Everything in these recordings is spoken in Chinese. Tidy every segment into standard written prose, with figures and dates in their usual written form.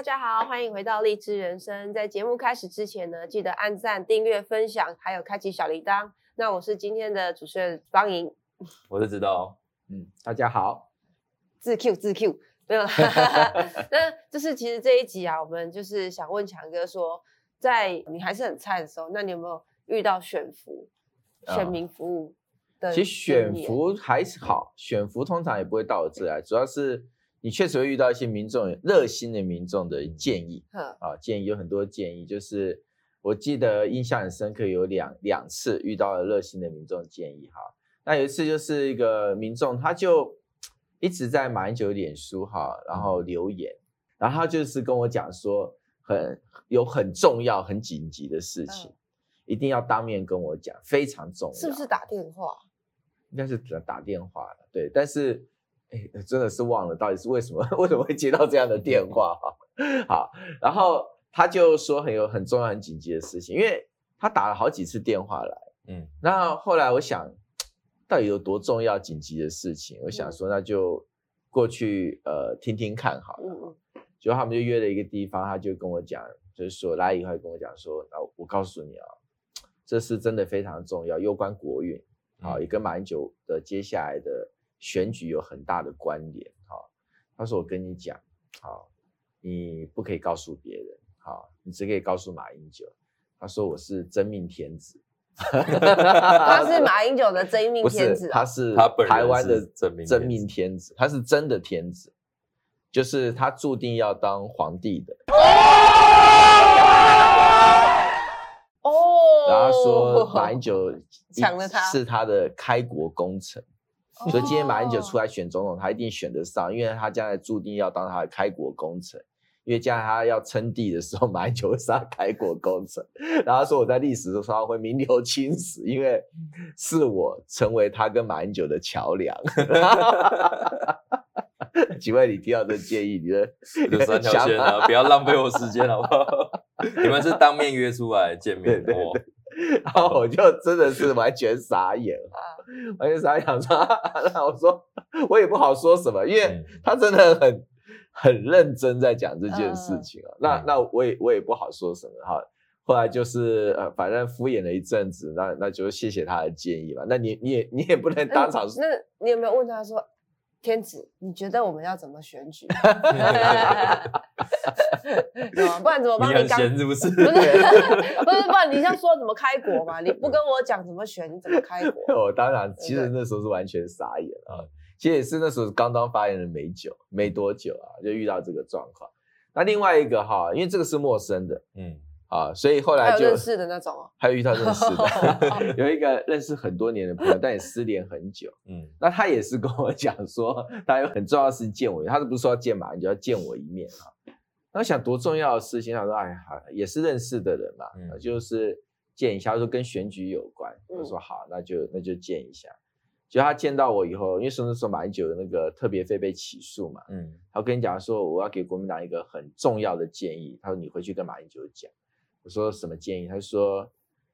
大家好，欢迎回到荔枝人生。在节目开始之前呢，记得按赞、订阅、分享，还有开启小铃铛。那我是今天的主持人方莹， 我是知道， 大家好， 自 Q 没有。那就是其实这一集啊，我们就是想问强哥说，在你还是很菜的时候，那你有没有遇到选民服务的？ 其实选服还是好，选服通常也不会到我这来，主要是你确实会遇到一些热心的民众的建议建议有很多建议，就是我记得印象很深刻，有两次遇到了热心的民众建议哈。那有一次就是一个民众，他就一直在马英九脸书然后留言，然后他就是跟我讲说很重要很紧急的事情，一定要当面跟我讲，非常重要。 是不是打电话？ 应该是打电话了，对，但是真的是忘了到底是为什么会接到这样的电话好，然后他就说很重要很紧急的事情，因为他打了好几次电话来，那后来我想到底有多重要紧急的事情，我想说那就过去听听看好了，结果他们就约了一个地方，他就跟我讲，就是说来以后跟我讲说，我告诉你这是真的非常重要，攸关国运也跟马英九的接下来的选举有很大的关联他说我跟你讲你不可以告诉别人你只可以告诉马英九。他说我是真命天子。 他是马英九的真命天子， 他是台湾的真命天子，他是真的天子，就是他注定要当皇帝的。然后他说马英九抢了他是他的开国功臣，所以今天马英九出来选总统，他一定选得上，因为他将来注定要当他的开国功臣。因为将来他要称帝的时候，马英九会是他开国功臣。然后他说我在历史上会名留青史，因为是我成为他跟马英九的桥梁。请问你听到这建议，你的 3条线不要浪费我时间好不好？你们是当面约出来见面的？ 对。然后我就真的是完全傻眼完全傻眼说那我说我也不好说什么，因为他真的很认真在讲这件事情那我也不好说什么后来就是反正敷衍了一阵子，那就谢谢他的建议嘛。那你也不能当场那你有没有问他说，天子，你觉得我们要怎么选举？不然怎么帮你？ 你很闲是不是？ 不然你要说怎么开国嘛？你不跟我讲怎么选，你怎么开国？ 我当然，其实那时候是完全傻眼其实也是那时候刚当发言人没多久就遇到这个状况。那另外一个因为这个是陌生的，所以后来就还有认识的那种还有遇到认识的，有一个认识很多年的朋友，但也失联很久。那他也是跟我讲说，他有很重要的事情见我，他是不是说要见马英九，要见我一面那我想多重要的事情，他说也是认识的人嘛，就是见一下，说跟选举有关。我说好，那就见一下。就他见到我以后，因为那时候马英九的那个特别费被起诉嘛，他跟你讲说我要给国民党一个很重要的建议，他说你回去跟马英九讲。我说什么建议？他说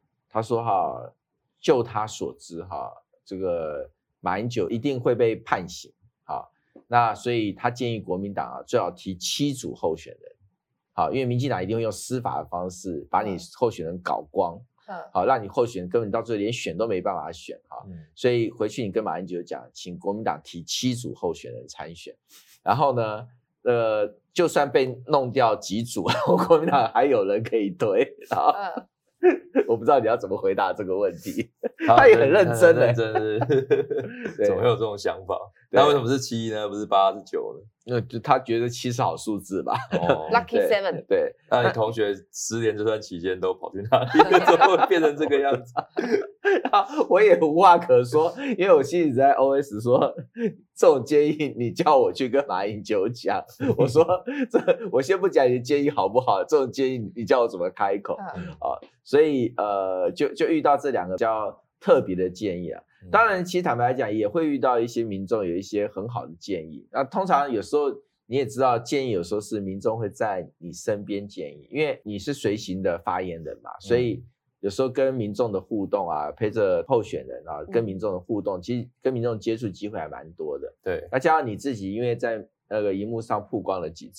就他所知这个马英九一定会被判刑那所以他建议国民党最好提7组候选人因为民进党一定会用司法的方式把你候选人搞光让你候选人根本到最后连选都没办法选所以回去你跟马英九讲，请国民党提7组候选人参选，然后呢就算被弄掉几组国民党还有人可以推我不知道你要怎么回答这个问题他也很认真很认真怎么会有这种想法？那为什么是7呢？不是8是9呢？ 因为他觉得7是好数字吧 Lucky 7。 对， 那你同学失联这段期间都跑去哪里？怎么会变成这个样子？ 我也无话可说，因为我心里在 OS 说，这种建议你叫我去跟马英九讲，我说我先不讲你的建议好不好，这种建议你叫我怎么开口所以就遇到这2个比较特别的建议当然其实坦白来讲也会遇到一些民众有一些很好的建议，那通常有时候你也知道建议有时候是民众会在你身边建议，因为你是随行的发言人嘛，所以有时候跟民众的互动陪着候选人跟民众的互动其实跟民众接触机会还蛮多的。 对， 那加上你自己因为在那个荧幕上曝光了几次，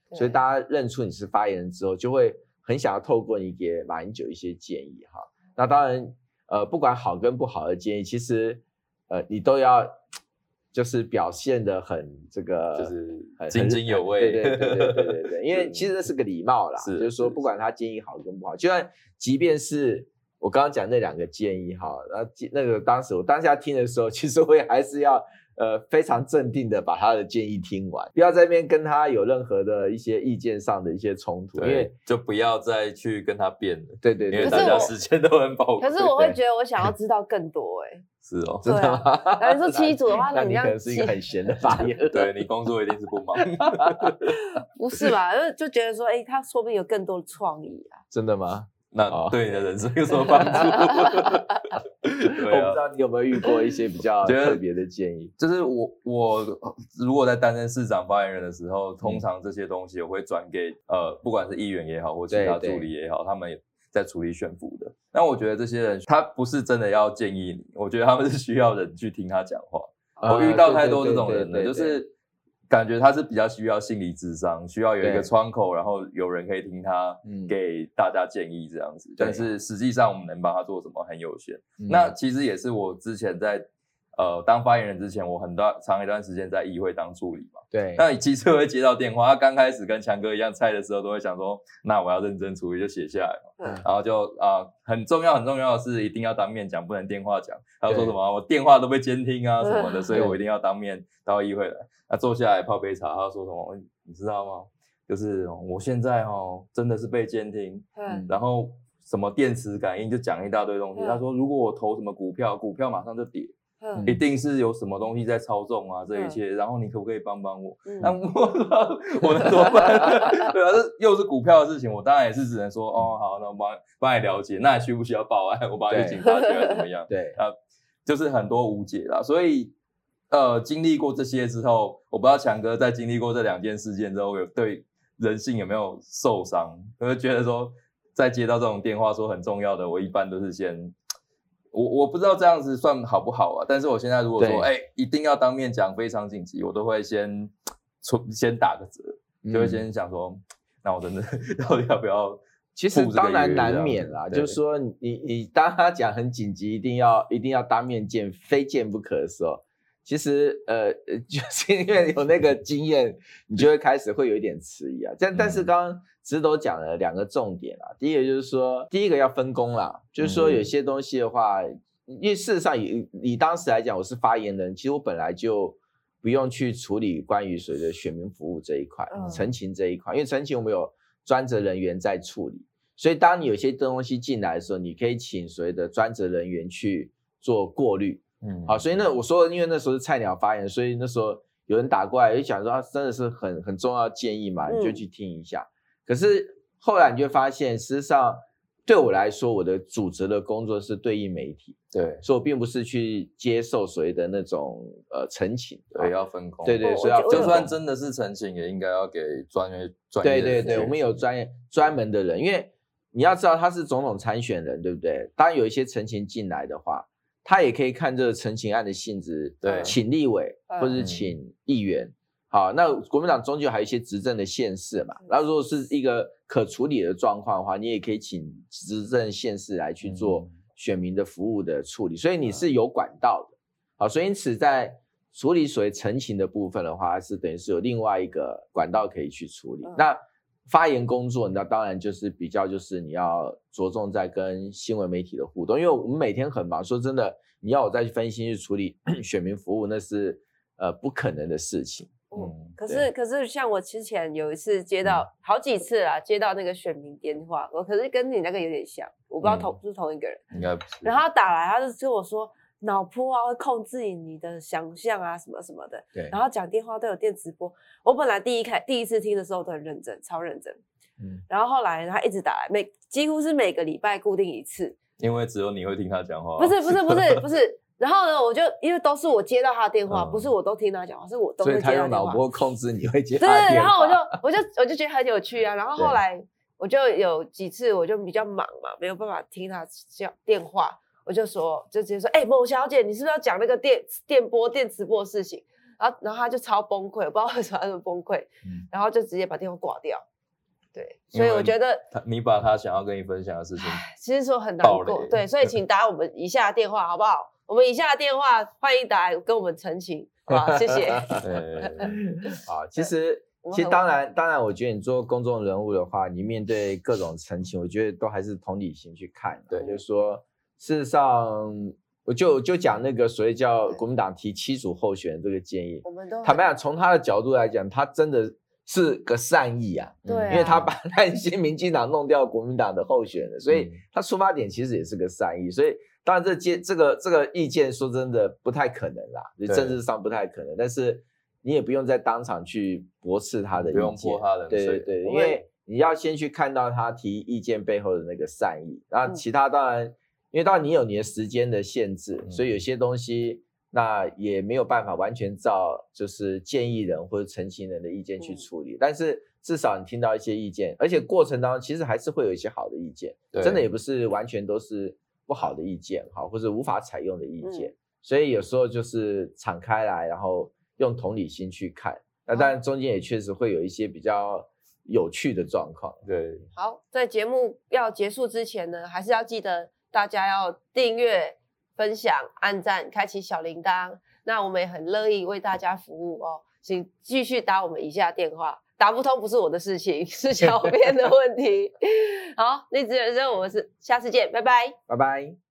所以大家认出你是发言人之后，就会很想要透过你给马英九一些建议哈。那当然，不管好跟不好的建议，其实你都要就是表现得很这个， 就是津津有味。 对，因为其实这是个礼貌啦，就是说不管他建议好跟不好，就算即便是我刚刚讲那2个建议哈，那个我当下听的时候，其实我也还是要非常镇定的把他的建议听完，不要在那边跟他有任何的一些意见上的一些冲突，因为就不要再去跟他辩了。 对， 因为大家时间都很宝贵。 可是我会觉得我想要知道更多是哦， 真的吗？ 那你说7组的话， 那你可能是一个很闲的发言人。 对，你工作一定是不忙。 不是吧？就觉得说，他说不定有更多的创意啊。 真的吗？ 那对你的人生有什么帮助？ 对啊，我不知道你有没有遇过一些比较特别的建议。 就是我如果在担任市长发言人的时候，通常这些东西我会转给不管是议员也好，或其他助理也好，他们在处理选服的。那我觉得这些人他不是真的要建议你，我觉得他们是需要人去听他讲话。我遇到太多这种人了，就是感觉他是比较需要心理咨商，需要有一个窗口，然后有人可以听他给大家建议这样子。但是实际上我们能帮他做什么很有限。那其实也是我之前在当发言人之前，我长一段时间在议会当助理嘛。 对。 那其实我会接到电话，他刚开始跟强哥一样菜的时候，都会想说，那我要认真处理，就写下来嘛。然后就很重要的是一定要当面讲，不能电话讲。他就说什么我电话都被监听啊什么的，所以我一定要当面到议会来。那坐下来泡杯茶，他说什么？你知道吗？就是我现在真的是被监听，然后什么电磁感应就讲一大堆东西。他说如果我投什么股票马上就跌。一定是有什么东西在操纵啊，这一切，然后你可不可以帮帮我？那我能怎么办？对啊，这又是股票的事情，我当然也是只能说，好，那我帮你了解，那你需不需要报案？我帮你去警察局还是怎么样？ 对， 就是很多无解啦。所以经历过这些之后，我不知道强哥在经历过这2件事件之后，对人性有没有受伤？我就觉得说，在接到这种电话说很重要的，我一般都是先。我不知道这样子算好不好啊，但是我现在如果说一定要当面讲非常紧急，我都会先打个折，就会先想说，那我真的到底要不要？ 其实当然难免啦，就是说你当他讲很紧急，一定要当面见，非见不可的时候，其实就是因为有那个经验，你就会开始会有一点迟疑啊。但是刚刚直斗讲了2个重点啦，第一个就是说，第一个要分工啦，就是说有些东西的话，因为事实上以当时来讲，我是发言人，其实我本来就不用去处理关于所谓的选民服务这一块、陈情这一块，因为陈情我们有专责人员在处理，所以当你有些东西进来的时候，你可以请所谓的专责人员去做过滤。好，所以我说，因为那时候是菜鸟发言，所以那时候有人打过来，就想说真的是很重要的建议嘛，你就去听一下。可是后来你就发现，事实上对我来说，我的主责的工作是对应媒体， 对， 所以我并不是去接受所谓的那种陈情， 对，要分工， 对，所以要就算真的是陈情，也应该要给专业对，我们有专门的人，因为你要知道他是总统参选人，对不对？当有一些陈情进来的话，他也可以看这个陈情案的性质， 对， 请立委或者是请议员。好，那国民党终究还有一些执政的县市嘛，那如果是一个可处理的状况的话，你也可以请执政县市来去做选民的服务的处理，所以你是有管道的。好，所以因此在处理所谓陈情的部分的话，是等于是有另外一个管道可以去处理。那发言工作，那当然就是比较就是你要着重在跟新闻媒体的互动，因为我们每天很忙，说真的，你要我再去分析去处理选民服务，那是不可能的事情。 可是像我之前有一次接到好几次啦，接到那个选民电话，我可是跟你那个有点像，我不知道是不是同一个人， 应该不是。 然后他打来，他就跟我说脑波啊会控制你的想象啊什么什么的， 对。 然后讲电话都有电直播，我本来第一次听的时候都很认真，超认真，然后后来他一直打来，几乎是每个礼拜固定一次， 因为只有你会听他讲话， 不是。然后呢，我就因为都是我接到他的电话，不是我都听他讲话，是我都会接到电话。 所以他用脑波控制你会接他的电话。 对，然后我就觉得很有趣啊。然后后来我就有几次我就比较忙嘛，没有办法听他讲电话，我就直接说，某小姐，你是不是要讲那个电波电磁波的事情？ 然后他就超崩溃，我不知道为什么他那么崩溃，然后就直接把电话挂掉。对，所以我觉得你把他想要跟你分享的事情， 其实说很难过，对，所以请打我们以下的电话好不好？我们以下的电话欢迎打来跟我们澄清，好吧？谢谢。 好，其实当然，我觉得你做公众人物的话，你面对各种陈情，我觉得都还是同理心去看。对，就是说，事实上，我就讲那个所谓叫国民党提7组候选人这个建议， 我们都坦白讲，从他的角度来讲，他真的是个善意啊。 对啊， 因为他把那些民进党弄掉国民党的候选人，所以他出发点其实也是个善意。所以当然这个意见说真的不太可能啦，政治上不太可能，但是你也不用在当场去驳斥他的意见， 不用泼他冷水。 对，因为你要先去看到他提意见背后的那个善意，然后其他当然，因为当然你有你的时间的限制，所以有些东西那也没有办法完全照就是建议人或者陈情人的意见去处理，但是至少你听到一些意见，而且过程当中其实还是会有一些好的意见，真的也不是完全都是不好的意见，或者无法采用的意见，所以有时候就是敞开来，然后用同理心去看，那当然中间也确实会有一些比较有趣的状况。对， 好，在节目要结束之前呢，还是要记得大家要订阅、分享、按赞、开启小铃铛。那我们也很乐意为大家服务哦，请继续打我们以下电话，打不通不是我的事情，是小编的问题。好，励志人生，我们下次见，拜拜， 拜拜。